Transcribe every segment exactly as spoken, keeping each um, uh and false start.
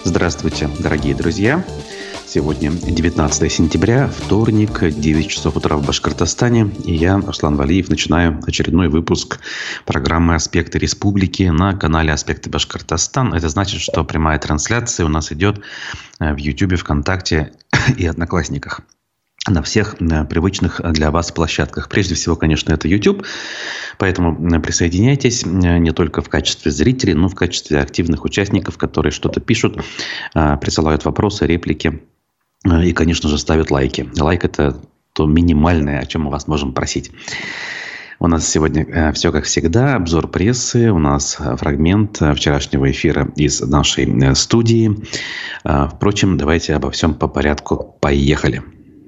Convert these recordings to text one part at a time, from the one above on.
Здравствуйте, дорогие друзья! Сегодня девятнадцатое сентября, вторник, девять часов утра в Башкортостане. И я, Руслан Валиев, начинаю очередной выпуск программы «Аспекты Республики» на канале «Аспекты Башкортостан». Это значит, что прямая трансляция у нас идет в Ютубе, ВКонтакте и Одноклассниках. На всех привычных для вас площадках. Прежде всего, конечно, это YouTube. Поэтому присоединяйтесь не только в качестве зрителей, но и в качестве активных участников, которые что-то пишут, присылают вопросы, реплики и, конечно же, ставят лайки. Лайк – это то минимальное, о чем мы вас можем просить. У нас сегодня все как всегда. Обзор прессы. У нас фрагмент вчерашнего эфира из нашей студии. Впрочем, давайте обо всем по порядку. Поехали.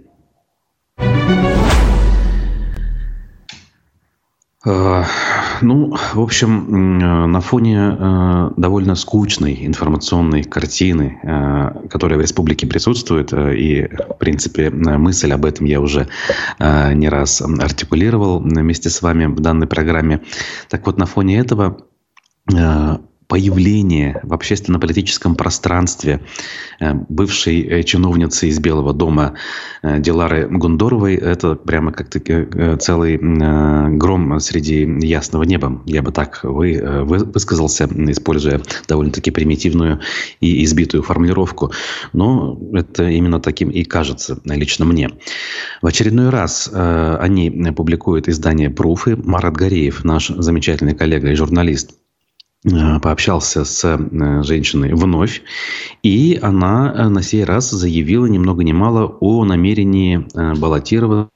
Ну, в общем, на фоне довольно скучной информационной картины, которая в республике присутствует, и, в принципе, мысль об этом я уже не раз артикулировал вместе с вами в данной программе. Так вот, на фоне этого появление в общественно-политическом пространстве бывшей чиновницы из Белого дома Дилары Гундоровой — это прямо как-то целый гром среди ясного неба. Я бы так вы, высказался, используя довольно-таки примитивную и избитую формулировку. Но это именно таким и кажется лично мне. В очередной раз они публикуют издание «Пруфы». Марат Гореев, наш замечательный коллега и журналист, пообщался с женщиной вновь, и она на сей раз заявила ни много ни мало о намерении баллотироваться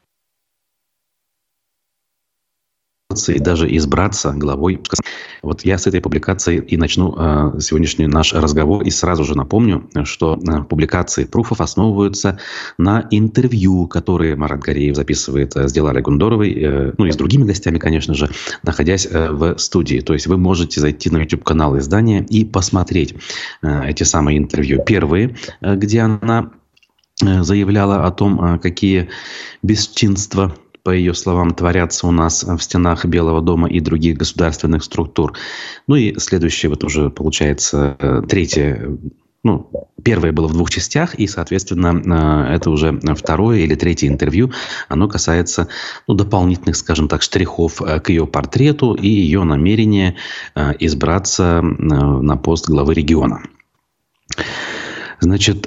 и даже избраться главой. Вот я с этой публикации и начну э, сегодняшний наш разговор. И сразу же напомню, что э, публикации пруфов основываются на интервью, которые Марат Гореев записывает э, с Диларой Гундоровой, э, ну и с другими гостями, конечно же, находясь э, в студии. То есть вы можете зайти на YouTube-канал издания и посмотреть э, эти самые интервью. Первые, э, где она э, заявляла о том, э, какие бесчинства, по ее словам, творятся у нас в стенах Белого дома и других государственных структур. Ну и следующее, вот уже получается третье, ну, первое было в двух частях, и, соответственно, это уже второе или третье интервью. Оно касается, ну, дополнительных, скажем так, штрихов к ее портрету и ее намерения избраться на пост главы региона. Значит,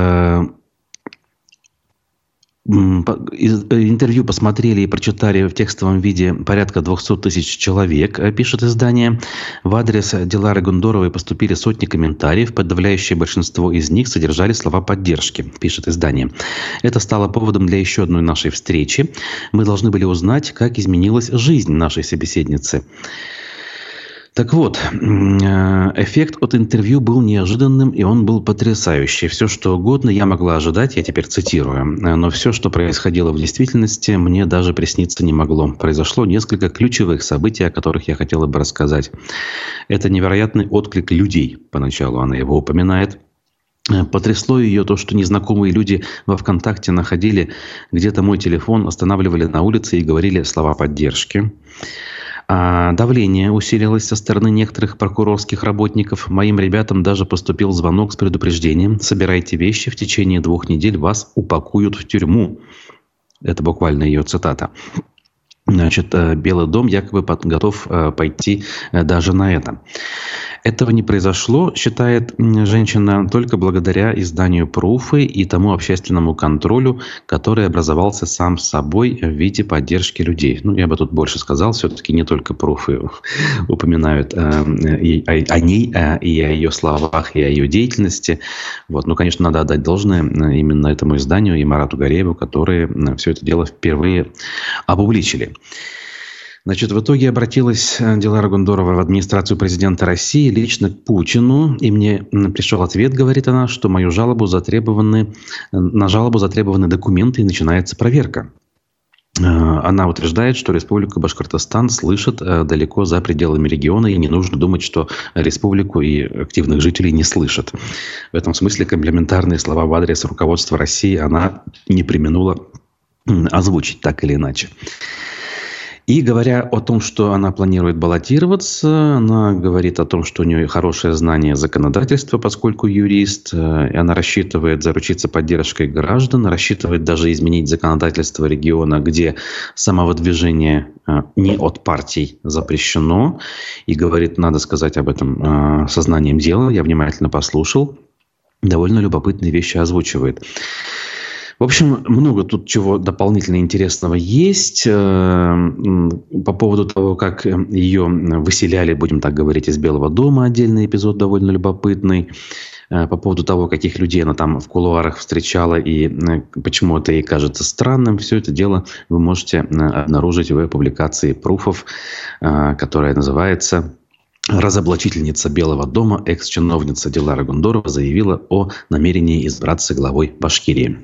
интервью посмотрели и прочитали в текстовом виде порядка двести тысяч человек, пишет издание. В адрес Дилары Гундоровой поступили сотни комментариев. Подавляющее большинство из них содержали слова поддержки, пишет издание. Это стало поводом для еще одной нашей встречи. Мы должны были узнать, как изменилась жизнь нашей собеседницы. Так вот, эффект от интервью был неожиданным, и он был потрясающий. Все, что угодно я могла ожидать, я теперь цитирую, но все, что происходило в действительности, мне даже присниться не могло. Произошло несколько ключевых событий, о которых я хотела бы рассказать. Это невероятный отклик людей, поначалу она его упоминает. Потрясло ее то, что незнакомые люди во ВКонтакте находили где-то мой телефон, останавливали на улице и говорили слова поддержки. А давление усилилось со стороны некоторых прокурорских работников. Моим ребятам даже поступил звонок с предупреждением: собирайте вещи, в течение двух недель вас упакуют в тюрьму. Это буквально ее цитата. Значит, Белый дом якобы готов пойти даже на это. Этого не произошло, считает женщина, только благодаря изданию «Пруфы» и тому общественному контролю, который образовался сам собой в виде поддержки людей. Ну, я бы тут больше сказал, все-таки не только «Пруфы» упоминают и о ней, и о ее словах, и о ее деятельности. Вот. Ну, конечно, надо отдать должное именно этому изданию и Марату Горееву, которые все это дело впервые опубличили. Значит, в итоге обратилась Дилара Гундорова в администрацию президента России лично к Путину. И мне пришел ответ, говорит она, что мою жалобу затребованы, на жалобу затребованы документы и начинается проверка. Она утверждает, что Республика Башкортостан слышит далеко за пределами региона, и не нужно думать, что республику и активных жителей не слышат. В этом смысле комплиментарные слова в адрес руководства России она не преминула озвучить так или иначе. И говоря о том, что она планирует баллотироваться, она говорит о том, что у нее хорошее знание законодательства, поскольку юрист, и она рассчитывает заручиться поддержкой граждан, рассчитывает даже изменить законодательство региона, где самовыдвижение не от партий запрещено. И говорит, надо сказать об этом сознанием дела. Я внимательно послушал. Довольно любопытные вещи озвучивает. В общем, много тут чего дополнительно интересного есть. По поводу того, как ее выселяли, будем так говорить, из Белого дома, отдельный эпизод довольно любопытный. По поводу того, каких людей она там в кулуарах встречала и почему это ей кажется странным, все это дело вы можете обнаружить в публикации пруфов, которая называется «Разоблачительница Белого дома, экс-чиновница Дилара Гундорова заявила о намерении избраться главой Башкирии».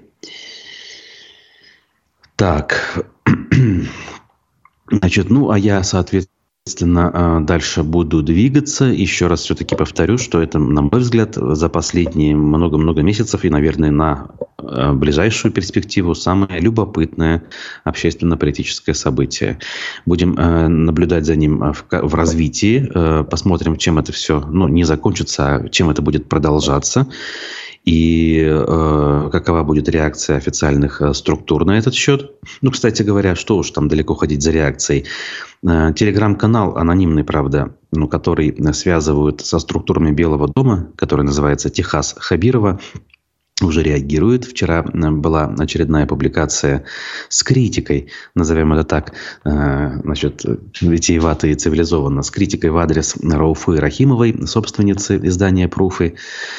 Так, значит, ну, а я, соответственно, дальше буду двигаться. Еще раз все-таки повторю, что это, на мой взгляд, за последние много-много месяцев и, наверное, на ближайшую перспективу самое любопытное общественно-политическое событие. Будем наблюдать за ним в, в развитии, посмотрим, чем это все, ну, не закончится, а чем это будет продолжаться. И э, какова будет реакция официальных э, структур на этот счет. Ну, кстати говоря, что уж там далеко ходить за реакцией. Э, телеграм-канал анонимный, правда, ну, который связывают со структурами Белого дома, который называется «Техас Хабирова», уже реагирует. Вчера была очередная публикация с критикой, назовем это так, значит, витиевато и цивилизованно, с критикой в адрес Рауфы Рахимовой, собственницы издания «Пруфы»,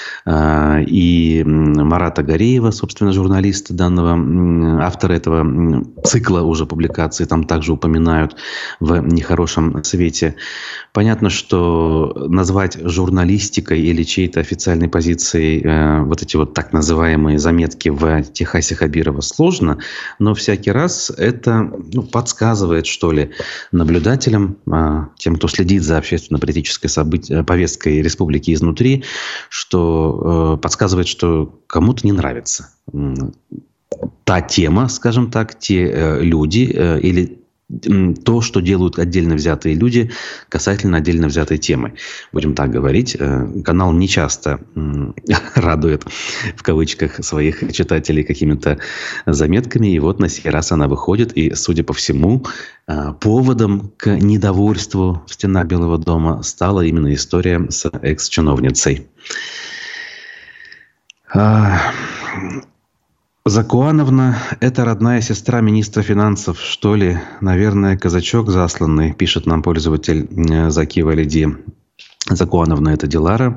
и Марата Гореева, собственно, журналиста данного, автора этого цикла уже публикаций, там также упоминают в нехорошем свете. Понятно, что назвать журналистикой или чьей-то официальной позицией вот эти вот так называемые заметки в Техасе Хабирова сложно, но всякий раз это, ну, подсказывает, что ли, наблюдателям, тем, кто следит за общественно-политической событий, повесткой республики изнутри, что подсказывает, что кому-то не нравится та тема, скажем так, те люди или то, что делают отдельно взятые люди касательно отдельно взятой темы. Будем так говорить. Канал не часто радует, в кавычках, своих читателей какими-то заметками. И вот на сей раз она выходит. И, судя по всему, поводом к недовольству в стенах Белого дома стала именно история с экс-чиновницей. Закуановна – это родная сестра министра финансов, что ли? Наверное, казачок засланный, пишет нам пользователь Заки Валиди. Закуановна – это Дилара.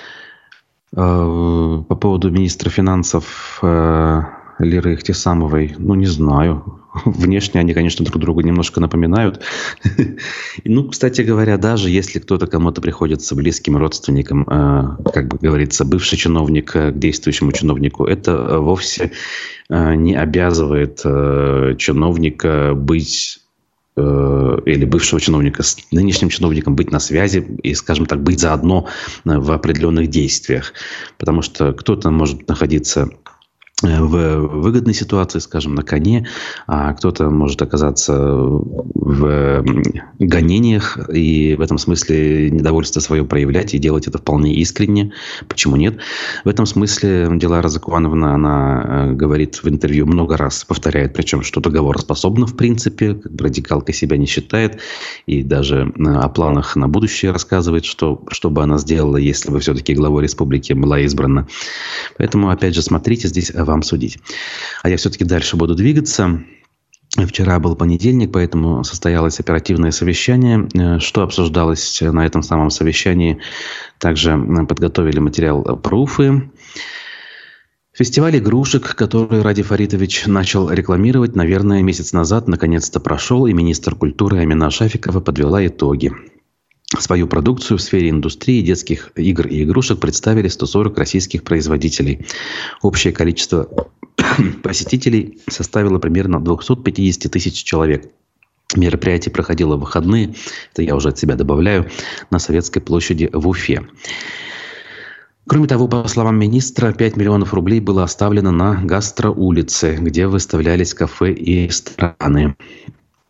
По поводу министра финансов Лиры Ихтисамовой, ну, не знаю. Внешне они, конечно, друг другу немножко напоминают. Ну, кстати говоря, даже если кто-то кому-то приходится близким родственником, как бы говорится, бывший чиновник к действующему чиновнику, это вовсе не обязывает чиновника быть или бывшего чиновника с нынешним чиновником быть на связи и, скажем так, быть заодно в определенных действиях. Потому что кто-то может находиться в выгодной ситуации, скажем, на коне, а кто-то может оказаться в гонениях и в этом смысле недовольство свое проявлять и делать это вполне искренне. Почему нет? В этом смысле Дилара Закуановна, она говорит в интервью много раз, повторяет, причем, что договороспособна в принципе, как бы радикалкой себя не считает, и даже о планах на будущее рассказывает, что, что бы она сделала, если бы все-таки главой республики была избрана. Поэтому, опять же, смотрите, здесь вам судить. А я все-таки дальше буду двигаться. Вчера был понедельник, поэтому состоялось оперативное совещание. Что обсуждалось на этом самом совещании? Также подготовили материал «Пруфы». Фестиваль игрушек, который Ради Фаритович начал рекламировать, наверное, месяц назад, наконец-то прошел, и министр культуры Амина Шафикова подвела итоги. Свою продукцию в сфере индустрии детских игр и игрушек представили сто сорок российских производителей. Общее количество посетителей составило примерно двести пятьдесят тысяч человек. Мероприятие проходило в выходные, это я уже от себя добавляю, на Советской площади в Уфе. Кроме того, по словам министра, пять миллионов рублей было оставлено на гастроулице, где выставлялись кафе и рестораны.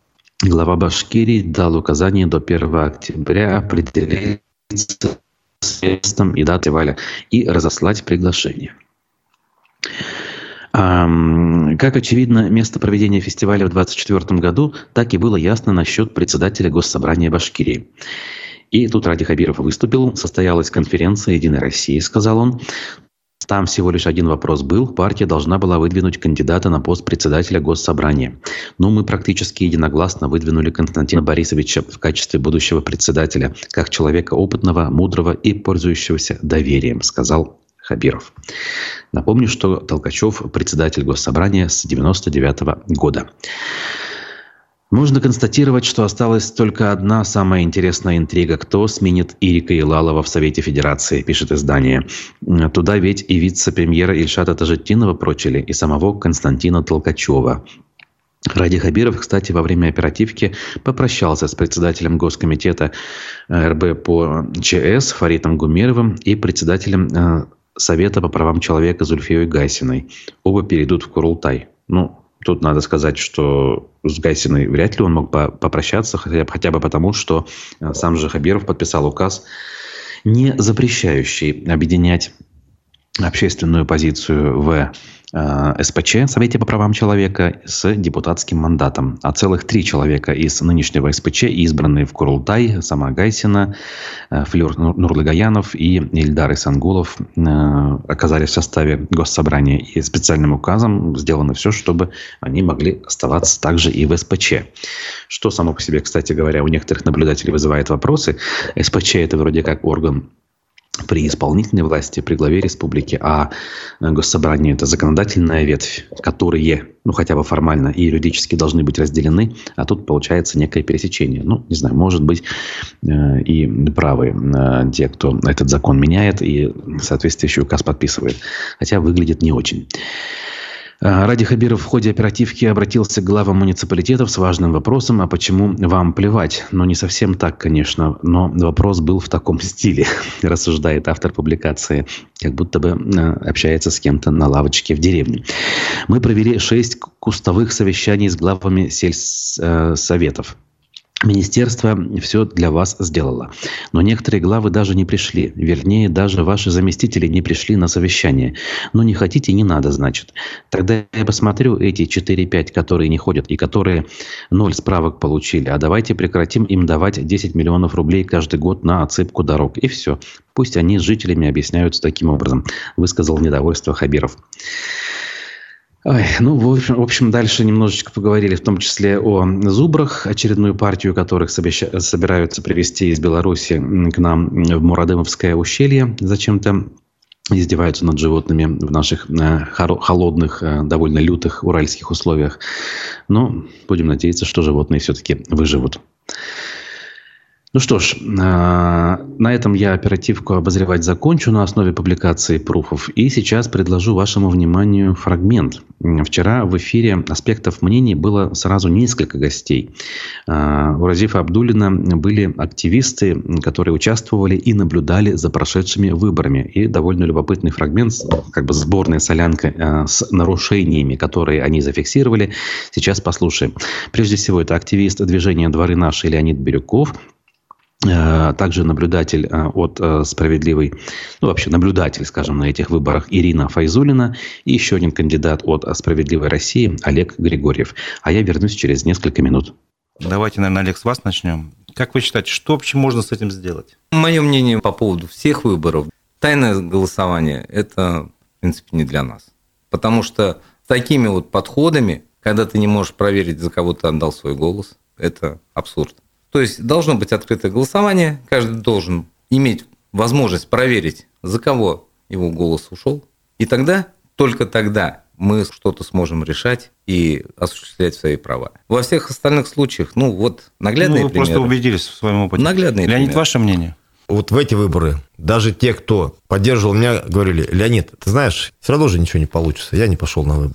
Глава Башкирии дал указание до первого октября определиться с местом и датой фестиваля и разослать приглашение. Как очевидно, место проведения фестиваля в две тысячи двадцать четвёртом году так и было ясно насчет председателя Госсобрания Башкирии. И тут Ради Хабиров выступил, состоялась конференция «Единой России», сказал он. Там всего лишь один вопрос был. Партия должна была выдвинуть кандидата на пост председателя Госсобрания. Но мы практически единогласно выдвинули Константина Борисовича в качестве будущего председателя, как человека опытного, мудрого и пользующегося доверием, сказал Хабиров. Напомню, что Толкачев председатель Госсобрания с девяносто девятого года. Можно констатировать, что осталась только одна самая интересная интрига. Кто сменит Ирика Илалова в Совете Федерации, пишет издание. Туда ведь и вице-премьера Ильшата Тажеттинова прочили, и самого Константина Толкачева. Ради Хабиров, кстати, во время оперативки попрощался с председателем Госкомитета эр бэ по ЧС Фаритом Гумеровым и председателем Совета по правам человека Зульфией Гайсиной. Оба перейдут в Курултай. Ну, тут надо сказать, что с Гайсиной вряд ли он мог попрощаться, хотя, хотя бы потому, что сам же Хабиров подписал указ, не запрещающий объединять общественную позицию в эс пэ че, Совете по правам человека, с депутатским мандатом. А целых три человека из нынешнего эс пэ че, избранные в Курултай, сама Гайсина, Флюр Нурлыгаянов и Ильдар Исангулов, оказались в составе Госсобрания. И специальным указом сделано все, чтобы они могли оставаться также и в эс пэ че. Что само по себе, кстати говоря, у некоторых наблюдателей вызывает вопросы. эс пэ че – это вроде как орган при исполнительной власти, при главе республики, а Госсобрание – это законодательная ветвь, которые, ну, хотя бы формально и юридически должны быть разделены, а тут получается некое пересечение. Ну, не знаю, может быть, и правы те, кто этот закон меняет и соответствующий указ подписывает. Хотя выглядит не очень. Ради Хабиров в ходе оперативки обратился к главам муниципалитетов с важным вопросом: а почему вам плевать? Ну, не совсем так, конечно, но вопрос был в таком стиле, рассуждает автор публикации, как будто бы общается с кем-то на лавочке в деревне. Мы провели шесть кустовых совещаний с главами сельсоветов. Министерство все для вас сделало. Но некоторые главы даже не пришли. Вернее, даже ваши заместители не пришли на совещание. Ну, не хотите, не надо, значит. Тогда я посмотрю эти четыре-пять, которые не ходят и которые ноль справок получили. А давайте прекратим им давать десять миллионов рублей каждый год на отсыпку дорог. И все. Пусть они с жителями объясняются таким образом, высказал недовольство Хабиров. Ой, ну, в общем, в общем, дальше немножечко поговорили, в том числе о зубрах, очередную партию которых собеща- собираются привезти из Беларуси к нам в Мурадымовское ущелье. Зачем-то издеваются над животными в наших э, холодных, э, довольно лютых уральских условиях. Но будем надеяться, что животные все-таки выживут. Ну что ж, на этом я оперативку обозревать закончу на основе публикации пруфов. И сейчас предложу вашему вниманию фрагмент. Вчера в эфире «Аспектов мнений» было сразу несколько гостей. У Разифа Абдуллина были активисты, которые участвовали и наблюдали за прошедшими выборами. И довольно любопытный фрагмент, как бы сборная солянка с нарушениями, которые они зафиксировали. Сейчас послушаем. Прежде всего, это активист движения «Дворы наши» Леонид Бирюков. Также наблюдатель от «Справедливой», ну вообще наблюдатель, скажем, на этих выборах Ирина Файзуллина и еще один кандидат от «Справедливой России» Олег Григорьев. А я вернусь через несколько минут. Давайте, наверное, Олег, с вас начнем. Как вы считаете, что вообще можно с этим сделать? Мое мнение по поводу всех выборов. Тайное голосование – это, в принципе, не для нас. Потому что такими вот подходами, когда ты не можешь проверить, за кого ты отдал свой голос, это абсурд. То есть должно быть открытое голосование, каждый должен иметь возможность проверить, за кого его голос ушел. И тогда, только тогда мы что-то сможем решать и осуществлять свои права. Во всех остальных случаях, ну вот наглядные ну, вы примеры. просто убедились в своем опыте. Наглядные Леонид, примеры. ваше мнение? Вот в эти выборы даже те, кто поддерживал меня, говорили: Леонид, ты знаешь, все равно же ничего не получится, я не пошел на выборы.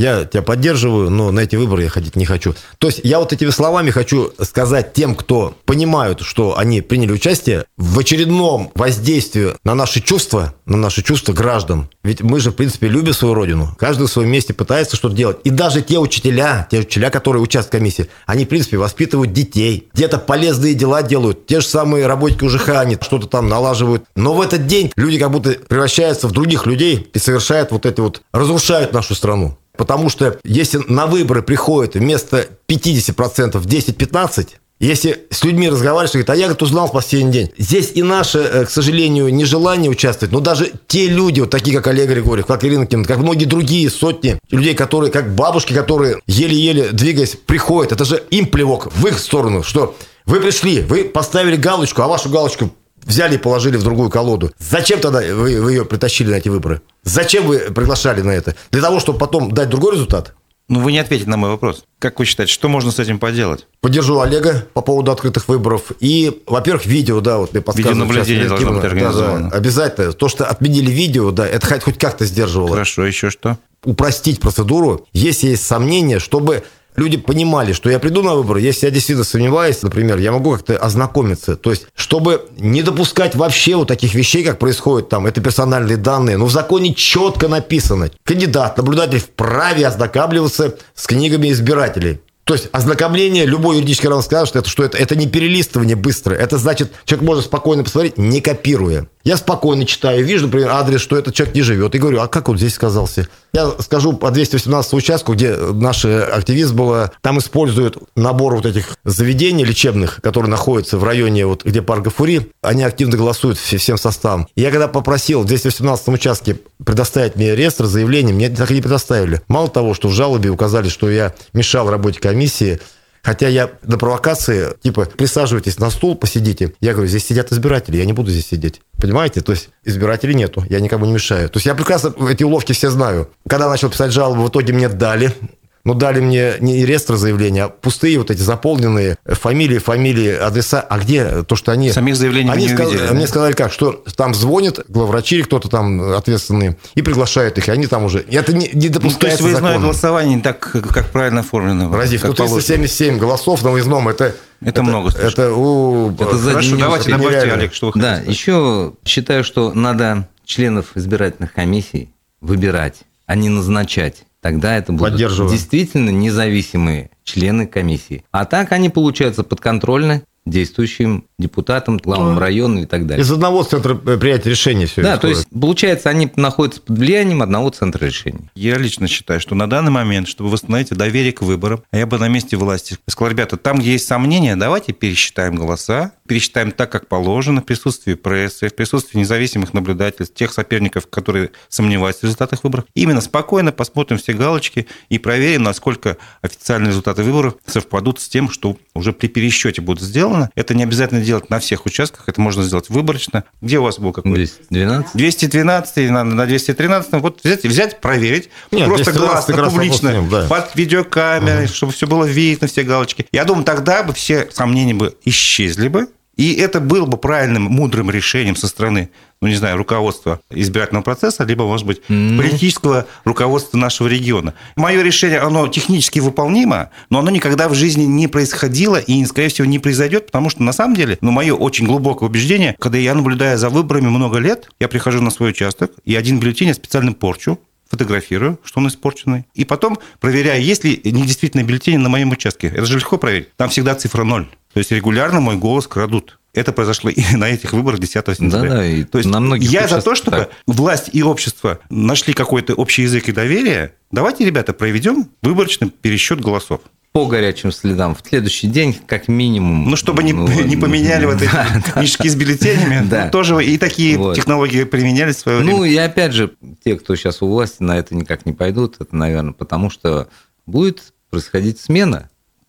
я тебя поддерживаю, но на эти выборы я ходить не хочу. То есть я вот этими словами хочу сказать тем, кто понимают, что они приняли участие в очередном воздействии на наши чувства, на наши чувства граждан. Ведь мы же, в принципе, любим свою родину. Каждый в своем месте пытается что-то делать. И даже те учителя, те учителя, которые участвуют в комиссии, они, в принципе, воспитывают детей. Где-то полезные дела делают. Те же самые работники УЖХ, они что-то там налаживают. Но в этот день люди как будто превращаются в других людей и совершают вот эти вот, разрушают нашу страну. Потому что если на выборы приходит вместо пятьдесят процентов десять-пятнадцать, если с людьми разговариваешь, говорит, а я, говорит, узнал в последний день. Здесь и наше, к сожалению, нежелание участвовать, но даже те люди, вот такие, как Олег Григорьев, как Ирина Кимовна, как многие другие сотни людей, которые, как бабушки, которые еле-еле двигаясь, приходят, это же им плевок в их сторону, что вы пришли, вы поставили галочку, а вашу галочку взяли и положили в другую колоду. Зачем тогда вы, вы ее притащили на эти выборы? Зачем вы приглашали на это? Для того, чтобы потом дать другой результат? Ну, вы не ответите на мой вопрос. Как вы считаете, что можно с этим поделать? Поддержу Олега по поводу открытых выборов. И, во-первых, видео, да, вот мне подсказывают. Видеонаблюдение должно быть организовано. Да, да, обязательно. То, что отменили видео, да, это хоть, хоть как-то сдерживало. Хорошо, еще что? Упростить процедуру, если есть сомнения, чтобы люди понимали, что я приду на выборы, если я действительно сомневаюсь, например, я могу как-то ознакомиться. То есть, чтобы не допускать вообще вот таких вещей, как происходит там, это персональные данные. Но в законе четко написано, кандидат, наблюдатель вправе ознакомливаться с книгами избирателей. То есть ознакомление, любой юридический равно скажет, что, это, что это, это не перелистывание быстрое. Это значит, человек может спокойно посмотреть, не копируя. Я спокойно читаю, вижу, например, адрес, что этот человек не живет. И говорю, а как он здесь сказался? Я скажу по двести восемнадцатому участку, где наш активист был, там используют набор вот этих заведений лечебных, которые находятся в районе, вот, где парк Гафури. Они активно голосуют всем составом. И я когда попросил в двести восемнадцатом участке предоставить мне реестр заявлений, мне так и не предоставили. Мало того, что в жалобе указали, что я мешал работе комиссии, хотя я на провокации, типа, присаживайтесь на стул, посидите. Я говорю, здесь сидят избиратели, я не буду здесь сидеть. Понимаете? То есть избирателей нету, я никому не мешаю. То есть я прекрасно эти уловки все знаю. Когда начал писать жалобы, в итоге мне дали. Но дали мне не реестр заявления, а пустые вот эти заполненные фамилии, фамилии, адреса. А где то, что они... Самих заявлений они вы не сказ... увидели, Мне да? сказали как, что там звонят главврачи или кто-то там ответственный и приглашают их, и они там уже... Это не, не допускается. Ну, то есть выездное законом. голосование не так, как правильно оформлено. Разив, как ну триста семьдесят семь голосов на выездном, это... Это, это много слишком. Это, у... Это за Хорошо, день давайте не добавьте, нереально. Олег, что вы хотите Да, сказать. еще считаю, что надо членов избирательных комиссий выбирать, а не назначать. Тогда это будут Поддерживаю. действительно независимые члены комиссии. А так они получаются подконтрольны действующим депутатам, главам района и так далее. Из одного центра принятия решения все Да, исходит. то есть, получается, они находятся под влиянием одного центра решений. Я лично считаю, что на данный момент, чтобы восстановить доверие к выборам, я бы на месте власти сказал, ребята, там, где есть сомнения, давайте пересчитаем голоса, пересчитаем так, как положено, в присутствии прессы, в присутствии независимых наблюдателей, тех соперников, которые сомневаются в результатах выборов. Именно спокойно посмотрим все галочки и проверим, насколько официальные результаты выборов совпадут с тем, что уже при пересчете будет сделано. Это не обязательно делать на всех участках, это можно сделать выборочно. Где у вас был какой? двести двенадцать? двести двенадцать на, на двести тринадцать. Вот взять, взять проверить. Нет, просто двести тринадцать гласно, как раз публично, вопрос с ним, да. под видеокамерой, угу. чтобы все было видно, все галочки. Я думаю, тогда бы все сомнения бы исчезли бы. И это было бы правильным, мудрым решением со стороны, ну, не знаю, руководства избирательного процесса, либо, может быть, mm-hmm. политического руководства нашего региона. Мое решение, оно технически выполнимо, но оно никогда в жизни не происходило и, скорее всего, не произойдет, потому что, на самом деле, ну, мое очень глубокое убеждение, когда я наблюдаю за выборами много лет, я прихожу на свой участок, и один бюллетень я специально порчу, фотографирую, что он испорченный, и потом проверяю, есть ли недействительные бюллетени на моем участке. Это же легко проверить. Там всегда цифра ноль. То есть регулярно мой голос крадут. Это произошло и на этих выборах десятого сентября. Да, да, и то есть на многих я за то, участках чтобы так. власть и общество нашли какой-то общий язык и доверие. Давайте, ребята, проведем выборочный пересчет голосов. По горячим следам. В следующий день, как минимум... Ну, чтобы не, ну, не поменяли вот эти да, мешки с бюллетенями. Да. Ну, тоже и такие Вот. технологии применялись в свое время. Ну, и опять же, те, кто сейчас у власти, на это никак не пойдут. Это, наверное, потому что будет происходить смена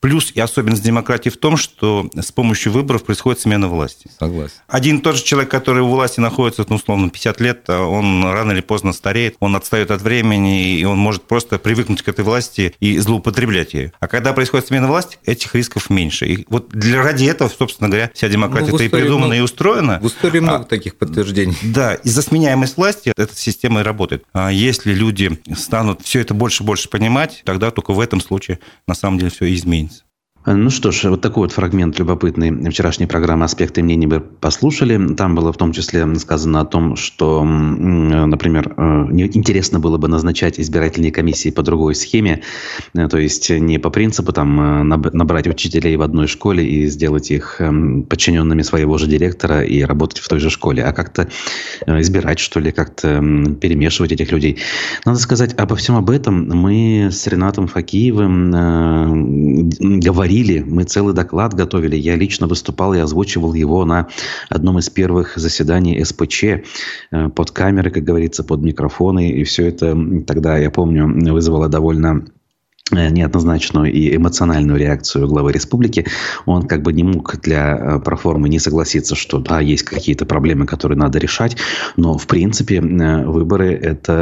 Плюс и особенность демократии в том, что с помощью выборов происходит смена власти. Согласен. Один и тот же человек, который у власти находится, ну, условно, пятьдесят лет, он рано или поздно стареет, он отстает от времени, и он может просто привыкнуть к этой власти и злоупотреблять ею. А когда происходит смена власти, этих рисков меньше. И вот для, ради этого, собственно говоря, вся демократия-то ну, и придумана, много, и устроена. В истории много а, таких подтверждений. Да, из-за сменяемость власти эта система и работает. А если люди станут все это больше и больше понимать, тогда только в этом случае на самом деле все изменится. Ну что ж, вот такой вот фрагмент любопытной вчерашней программы «Аспекты мнений» вы послушали. Там было в том числе сказано о том, что, например, интересно было бы назначать избирательные комиссии по другой схеме, то есть не по принципу там набрать учителей в одной школе и сделать их подчиненными своего же директора и работать в той же школе, а как-то избирать, что ли, как-то перемешивать этих людей. Надо сказать, обо всем об этом мы с Ренатом Факиевым говорили. Мы целый доклад готовили. Я лично выступал и озвучивал его на одном из первых заседаний эс пэ че под камеры, как говорится, под микрофоны. И все это тогда, я помню, вызвало довольно неоднозначную и эмоциональную реакцию главы республики. Он как бы не мог для проформы не согласиться, что да, есть какие-то проблемы, которые надо решать, но в принципе выборы –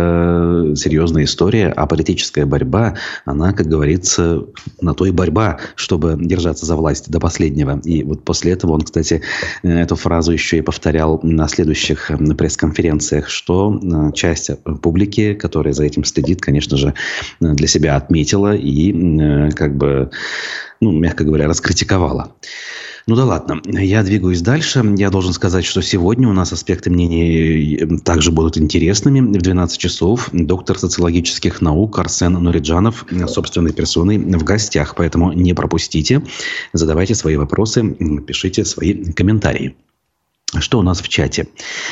это серьезная история, а политическая борьба, она, как говорится, на то и борьба, чтобы держаться за власть до последнего. И вот после этого он, кстати, эту фразу еще и повторял на следующих пресс-конференциях, что часть публики, которая за этим следит, конечно же, для себя отметила и как бы, ну, мягко говоря, раскритиковала. Ну да ладно, я двигаюсь дальше. Я должен сказать, что сегодня у нас аспекты мнений также будут интересными. В двенадцать часов доктор социологических наук Арсен Нуриджанов собственной персоной в гостях. Поэтому не пропустите, задавайте свои вопросы, пишите свои комментарии. Что у нас в чате?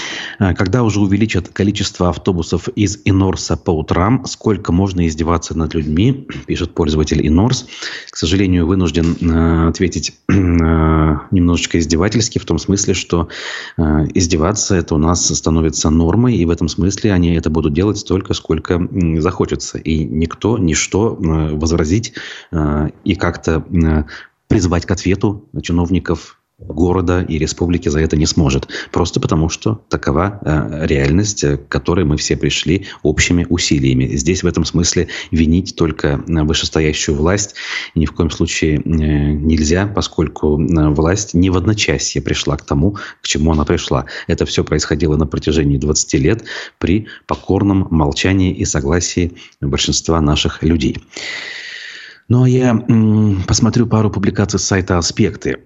Когда уже увеличат количество автобусов из Инорса по утрам, сколько можно издеваться над людьми, пишет пользователь Инорс. К сожалению, вынужден э, ответить э, немножечко издевательски, в том смысле, что э, издеваться это у нас становится нормой, и в этом смысле они это будут делать столько, сколько э, захочется. И никто, ничто э, возразить э, и как-то э, призвать к ответу чиновников города и республики за это не сможет. Просто потому, что такова э, реальность, к которой мы все пришли общими усилиями. Здесь в этом смысле винить только вышестоящую власть ни в коем случае э, нельзя, поскольку э, власть не в одночасье пришла к тому, к чему она пришла. Это все происходило на протяжении двадцати лет при покорном молчании и согласии большинства наших людей. Ну, а я м, посмотрю пару публикаций с сайта «Аспекты».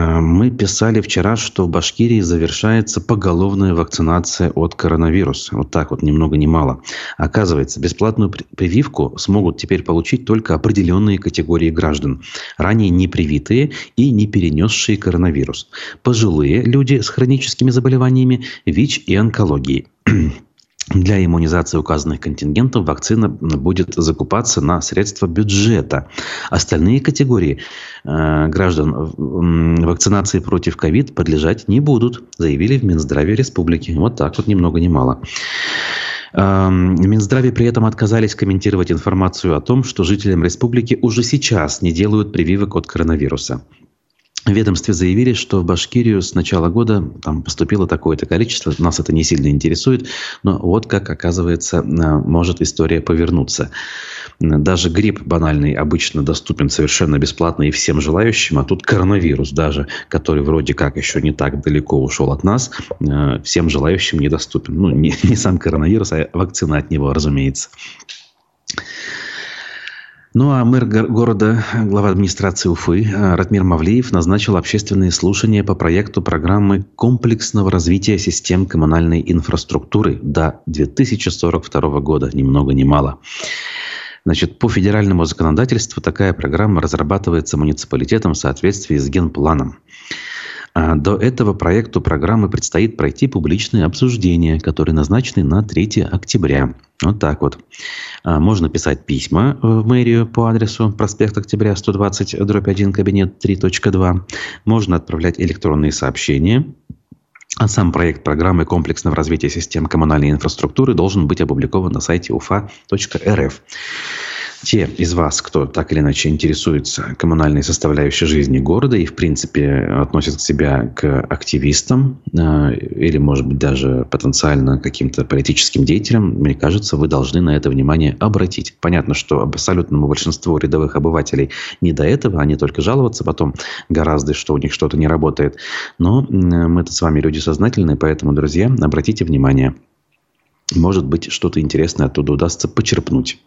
Мы писали вчера, что в Башкирии завершается поголовная вакцинация от коронавируса. Вот так вот, ни много ни мало. Оказывается, бесплатную прививку смогут теперь получить только определенные категории граждан. Ранее не привитые и не перенесшие коронавирус. Пожилые люди с хроническими заболеваниями, ВИЧ и онкологией. Для иммунизации указанных контингентов вакцина будет закупаться на средства бюджета. Остальные категории э, граждан э, вакцинации против ковид подлежать не будут, заявили в Минздраве Республики. Вот так вот, ни много ни мало. Э, в Минздраве при этом отказались комментировать информацию о том, что жителям республики уже сейчас не делают прививок от коронавируса. В ведомстве заявили, что в Башкирию с начала года там поступило такое-то количество. Нас это не сильно интересует. Но вот как, оказывается, может история повернуться. Даже грипп банальный обычно доступен совершенно бесплатно и всем желающим. А тут коронавирус даже, который вроде как еще не так далеко ушел от нас, всем желающим недоступен. Ну, не, не сам коронавирус, а вакцина от него, разумеется. Ну, а мэр города, глава администрации Уфы Ратмир Мавлиев назначил общественные слушания по проекту программы комплексного развития систем коммунальной инфраструктуры до две тысячи сорок второго года, ни много ни мало. Значит, по федеральному законодательству такая программа разрабатывается муниципалитетом в соответствии с генпланом. До этого проекту программы предстоит пройти публичные обсуждения, которые назначены на третьего октября. Вот так вот. Можно писать письма в мэрию по адресу проспект Октября, сто двадцать, дробь один, кабинет три точка два. Можно отправлять электронные сообщения. А сам проект программы комплексного развития систем коммунальной инфраструктуры должен быть опубликован на сайте уфа точка эр эф. Те из вас, кто так или иначе интересуется коммунальной составляющей жизни города и, в принципе, относит себя к активистам э, или, может быть, даже потенциально каким-то политическим деятелям, мне кажется, вы должны на это внимание обратить. Понятно, что абсолютному большинству рядовых обывателей не до этого, они только жаловаться потом гораздо, что у них что-то не работает. Но э, мы-то с вами люди сознательные, поэтому, друзья, обратите внимание. Может быть, что-то интересное оттуда удастся почерпнуть.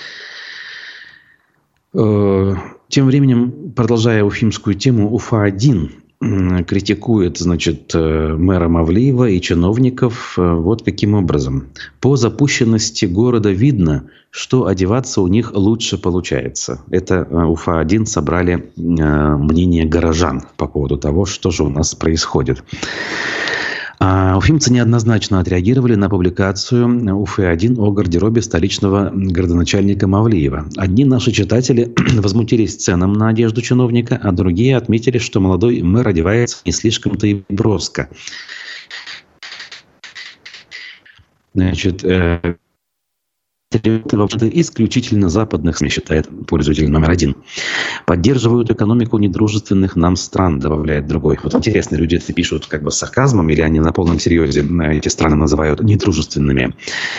Тем временем, продолжая уфимскую тему, Уфа-один критикует, значит, мэра Мавлиева и чиновников вот каким образом. По запущенности города видно, что одеваться у них лучше получается. Это Уфа-один собрали мнение горожан по поводу того, что же у нас происходит. А уфимцы неоднозначно отреагировали на публикацию Уфы-один о гардеробе столичного городоначальника Мавлиева. Одни наши читатели возмутились ценам на одежду чиновника, а другие отметили, что молодой мэр одевается не слишком-то и броско. Значит, э- Это вообще-то исключительно западных, считает пользователь номер один. Поддерживают экономику недружественных нам стран, добавляет другой. Вот интересно, люди это пишут как бы с сарказмом, или они на полном серьезе эти страны называют недружественными.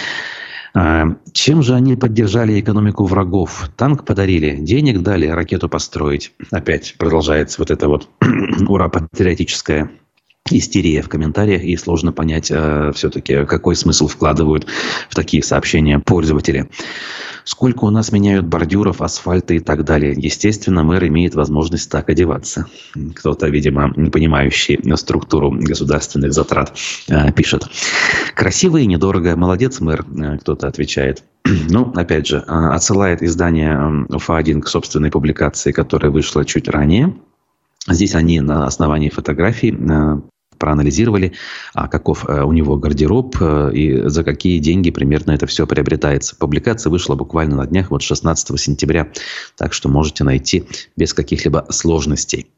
Чем же они поддержали экономику врагов? Танк подарили, денег дали, ракету построить. Опять продолжается вот это вот ура-патриотическое истерия в комментариях, и сложно понять э, все-таки, какой смысл вкладывают в такие сообщения пользователи. Сколько у нас меняют бордюров, асфальта и так далее. Естественно, мэр имеет возможность так одеваться. Кто-то, видимо, не понимающий структуру государственных затрат, э, пишет. Красиво и недорого. Молодец, мэр, э, кто-то отвечает. Ну, опять же, э, отсылает издание Уфа-один к собственной публикации, которая вышла чуть ранее. Здесь они на основании фотографий э, проанализировали, а каков э, у него гардероб э, и за какие деньги примерно это все приобретается. Публикация вышла буквально на днях, вот шестнадцатого сентября, так что можете найти без каких-либо сложностей.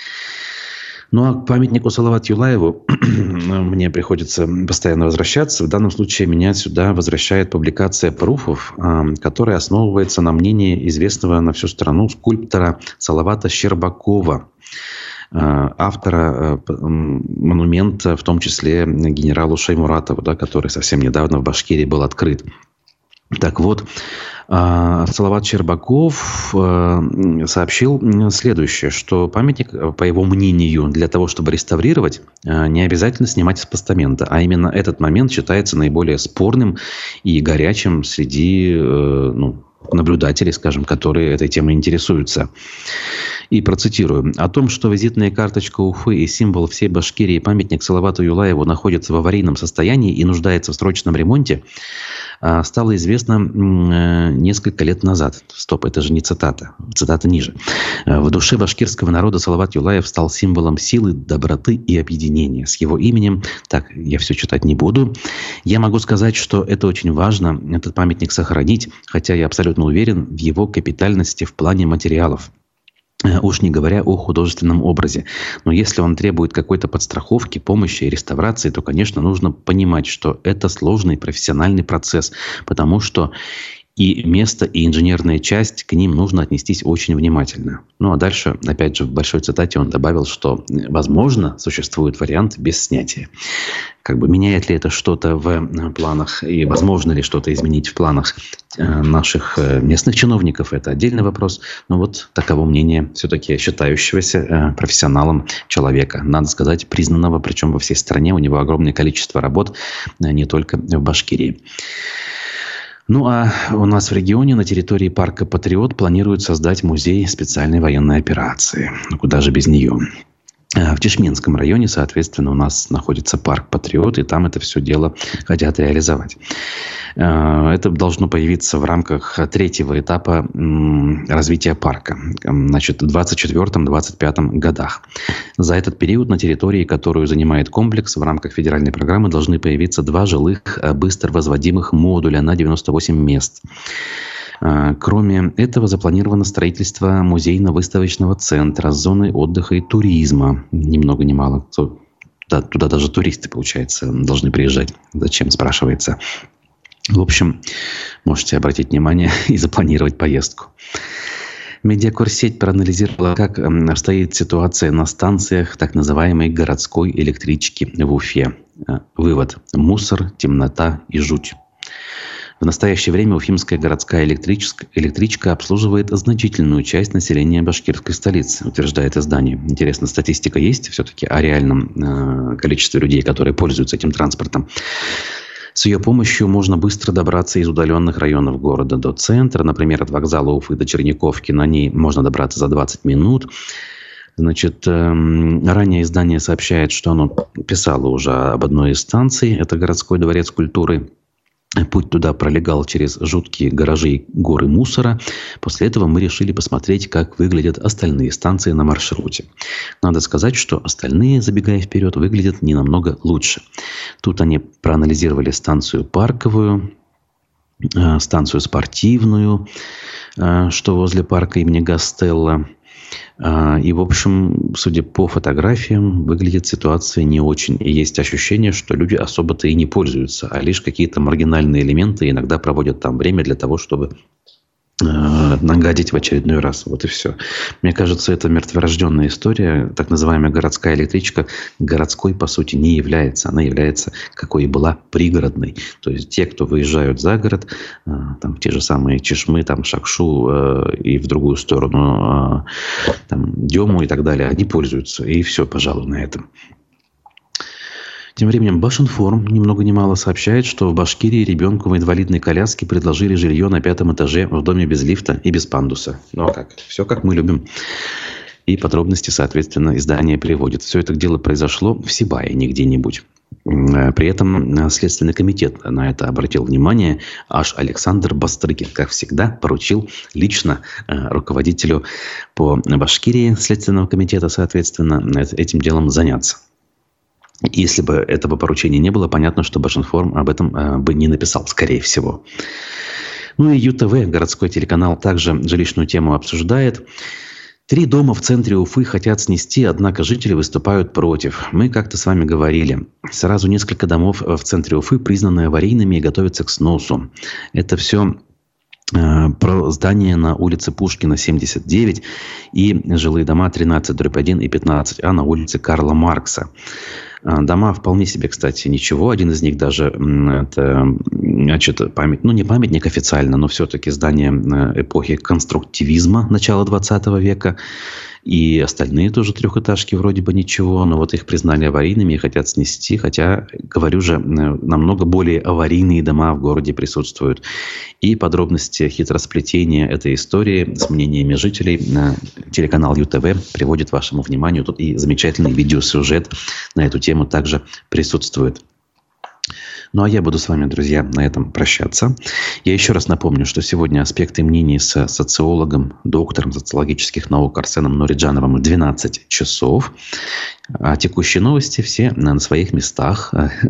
Ну, а к памятнику Салавату Юлаеву мне приходится постоянно возвращаться. В данном случае меня сюда возвращает публикация Пруфов, которая основывается на мнении известного на всю страну скульптора Салавата Щербакова, автора монумента, в том числе генералу Шаймуратову, да, который совсем недавно в Башкирии был открыт. Так вот, Салават Щербаков сообщил следующее, что памятник, по его мнению, для того, чтобы реставрировать, не обязательно снимать с постамента, а именно этот момент считается наиболее спорным и горячим среди ну, наблюдателей, скажем, которые этой темой интересуются. И процитирую. О том, что визитная карточка Уфы и символ всей Башкирии памятник Салавату Юлаеву находится в аварийном состоянии и нуждается в срочном ремонте, стало известно несколько лет назад. Стоп, это же не цитата. Цитата ниже. В душе башкирского народа Салават Юлаев стал символом силы, доброты и объединения. С его именем, так, я все читать не буду, я могу сказать, что это очень важно, этот памятник сохранить, хотя я абсолютно уверен в его капитальности в плане материалов. Уж не говоря о художественном образе. Но если он требует какой-то подстраховки, помощи и реставрации, то, конечно, нужно понимать, что это сложный профессиональный процесс, потому что и место, и инженерная часть, к ним нужно отнестись очень внимательно. Ну а дальше, опять же, в большой цитате он добавил, что, возможно, существует вариант без снятия. Как бы меняет ли это что-то в планах и возможно ли что-то изменить в планах наших местных чиновников, это отдельный вопрос. Но вот таково мнение все-таки считающегося профессионалом человека. Надо сказать, признанного, причем во всей стране. У него огромное количество работ, не только в Башкирии. Ну а у нас в регионе на территории парка «Патриот» планируют создать музей специальной военной операции. Ну, куда же без нее? В Чешминском районе, соответственно, у нас находится парк «Патриот», и там это все дело хотят реализовать. Это должно появиться в рамках третьего этапа развития парка, значит, в двадцать четвёртом — двадцать пятом годах. За этот период на территории, которую занимает комплекс, в рамках федеральной программы должны появиться два жилых быстро возводимых модуля на девяносто восемь мест. Кроме этого, запланировано строительство музейно-выставочного центра, зоны отдыха и туризма. Ни много ни мало. Туда даже туристы, получается, должны приезжать. Зачем, спрашивается. В общем, можете обратить внимание и запланировать поездку. Медиакурсеть проанализировала, как обстоит ситуация на станциях так называемой городской электрички в Уфе. Вывод. Мусор, темнота и жуть. В настоящее время уфимская городская электричка, электричка обслуживает значительную часть населения башкирской столицы, утверждает издание. Интересно, статистика есть все-таки о реальном э, количестве людей, которые пользуются этим транспортом. С ее помощью можно быстро добраться из удаленных районов города до центра. Например, от вокзала Уфы до Черниковки на ней можно добраться за двадцать минут. Значит, ранее издание сообщает, что оно писало уже об одной из станций. Это городской дворец культуры. Путь туда пролегал через жуткие гаражи и горы мусора. После этого мы решили посмотреть, как выглядят остальные станции на маршруте. Надо сказать, что остальные, забегая вперед, выглядят не намного лучше. Тут они проанализировали станцию Парковую, станцию Спортивную, что возле парка имени Гастелло. И, в общем, судя по фотографиям, выглядит ситуация не очень. И есть ощущение, что люди особо-то и не пользуются, а лишь какие-то маргинальные элементы иногда проводят там время для того, чтобы э, нагадить в очередной раз. Вот и все. Мне кажется, это мертворожденная история. Так называемая городская электричка городской, по сути, не является. Она является, какой и была, пригородной. То есть те, кто выезжают за город, э, там те же самые Чешмы, там Шакшу э, и в другую сторону э, там, Дему и так далее, они пользуются. И все, пожалуй, на этом. Тем временем Башинформ ни много ни мало сообщает, что в Башкирии ребенку в инвалидной коляске предложили жилье на пятом этаже в доме без лифта и без пандуса. Ну а как? Все как мы любим. И подробности, соответственно, издание приводит. Все это дело произошло в Сибае, не где-нибудь. При этом Следственный комитет на это обратил внимание. Аж Александр Бастрыкин, как всегда, поручил лично руководителю по Башкирии Следственного комитета, соответственно, этим делом заняться. Если бы этого поручения не было, понятно, что Башинформ об этом э, бы не написал, скорее всего. Ну и ЮТВ, городской телеканал, также жилищную тему обсуждает. Три дома в центре Уфы хотят снести, однако жители выступают против. Мы как-то с вами говорили. Сразу несколько домов в центре Уфы признаны аварийными и готовятся к сносу. Это все про здание на улице Пушкина, семьдесят девять, и жилые дома тринадцать дробь один и пятнадцать, а на улице Карла Маркса. Дома вполне себе, кстати, ничего. Один из них даже это, значит, память, ну, не памятник официально, но все-таки здание эпохи конструктивизма начала двадцатого века. И остальные тоже трехэтажки вроде бы ничего, но вот их признали аварийными и хотят снести. Хотя, говорю же, намного более аварийные дома в городе присутствуют. И подробности хитросплетения этой истории с мнениями жителей телеканал ЮТВ приводит вашему вниманию. Тут и замечательный видеосюжет на эту тему также присутствует. Ну, а я буду с вами, друзья, на этом прощаться. Я еще раз напомню, что сегодня «Аспекты мнений» с социологом, доктором социологических наук Арсеном Нуриджановым в двенадцать часов. А текущие новости все на своих местах.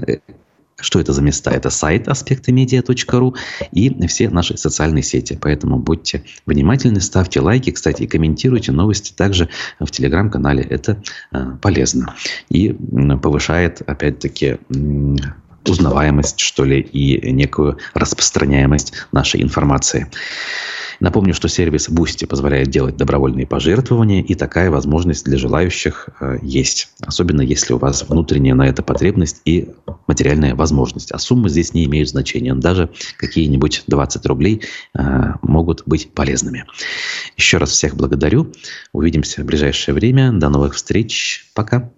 Что это за места? Это сайт аспекты медиа точка ру и все наши социальные сети. Поэтому будьте внимательны, ставьте лайки, кстати, и комментируйте новости также в телеграм-канале. Это полезно и повышает, опять-таки, узнаваемость, что ли, и некую распространяемость нашей информации. Напомню, что сервис Boosty позволяет делать добровольные пожертвования, и такая возможность для желающих э, есть. Особенно если у вас внутренняя на это потребность и материальная возможность. А суммы здесь не имеют значения. Даже какие-нибудь двадцать рублей э, могут быть полезными. Еще раз всех благодарю. Увидимся в ближайшее время. До новых встреч. Пока.